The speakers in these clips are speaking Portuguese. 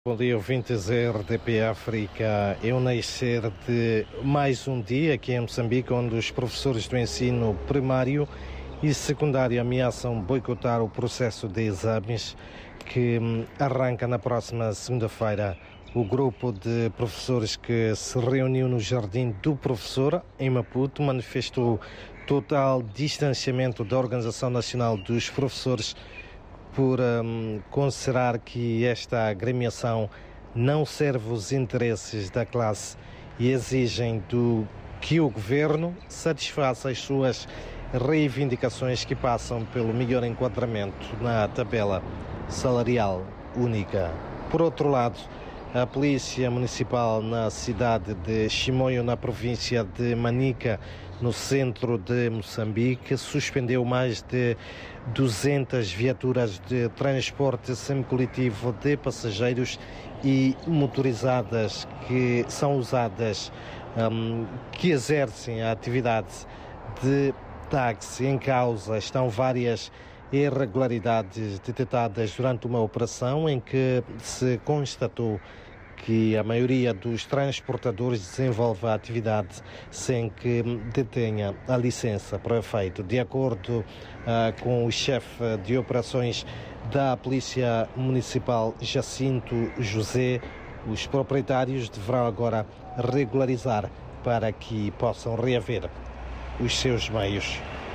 Bom dia, ouvintes da RDP África. É o nascer de mais um dia aqui em Moçambique, onde os professores do ensino primário e secundário ameaçam boicotar o processo de exames que arranca na próxima segunda-feira. O grupo de professores que se reuniu no Jardim do Professor, em Maputo, manifestou total distanciamento da Organização Nacional dos Professores por considerar que esta agremiação não serve os interesses da classe e exigem que o governo satisfaça as suas reivindicações que passam pelo melhor enquadramento na tabela salarial única. Por outro lado, a Polícia Municipal na cidade de Chimoio, na província de Manica, no centro de Moçambique, suspendeu mais de 200 viaturas de transporte semicoletivo de passageiros e motorizadas que são usadas, que exercem a atividade de táxi. Em causa estão várias irregularidades detectadas durante uma operação em que se constatou que a maioria dos transportadores desenvolve a atividade sem que detenha a licença para efeito. De acordo com o chefe de operações da Polícia Municipal, Jacinto José, os proprietários deverão agora regularizar para que possam reaver os seus meios.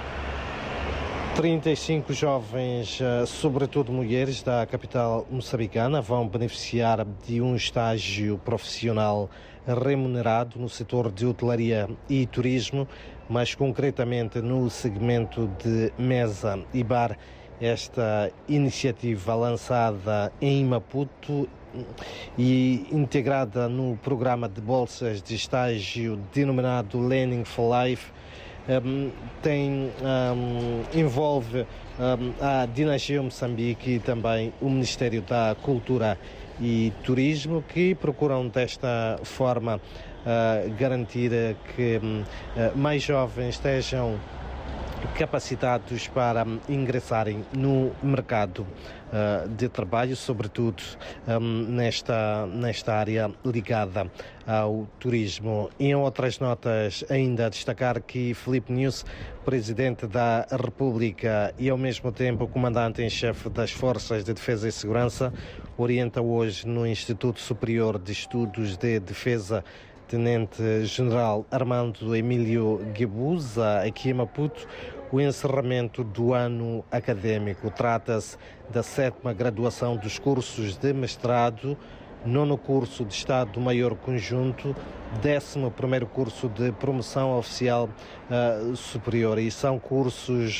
35 jovens, sobretudo mulheres, da capital moçambicana vão beneficiar de um estágio profissional remunerado no setor de hotelaria e turismo, mais concretamente no segmento de mesa e bar. Esta iniciativa, lançada em Maputo e integrada no programa de bolsas de estágio denominado Learning for Life, envolve a Dinageo Moçambique e também o Ministério da Cultura e Turismo, que procuram desta forma garantir que mais jovens estejam capacitados para ingressarem no mercado de trabalho, sobretudo nesta área ligada ao turismo. Em outras notas, ainda a destacar que Filipe Nunes, Presidente da República e ao mesmo tempo Comandante em Chefe das Forças de Defesa e Segurança, orienta hoje no Instituto Superior de Estudos de Defesa Tenente-General Armando Emílio Guebuza, aqui em Maputo, o encerramento do ano académico. Trata-se da 7ª graduação dos cursos de mestrado, 9º curso de Estado Maior Conjunto, 11º curso de promoção oficial superior, e são cursos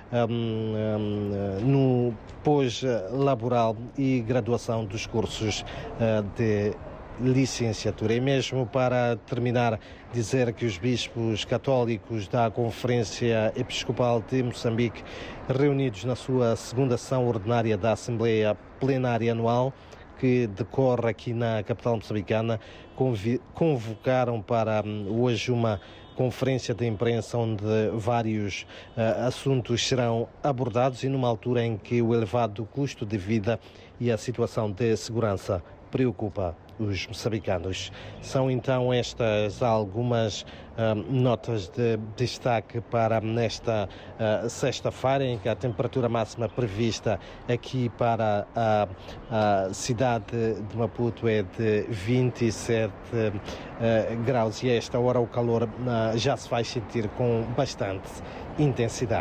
no pós-laboral e graduação dos cursos de licenciatura. E mesmo para terminar, dizer que os bispos católicos da Conferência Episcopal de Moçambique, reunidos na sua segunda sessão ordinária da Assembleia Plenária Anual, que decorre aqui na capital moçambicana, convocaram para hoje uma conferência de imprensa onde vários assuntos serão abordados, e numa altura em que o elevado custo de vida e a situação de segurança preocupa os moçambicanos. São então estas algumas notas de destaque para nesta sexta-feira, em que a temperatura máxima prevista aqui para a cidade de Maputo é de 27 graus, e a esta hora o calor já se vai sentir com bastante intensidade.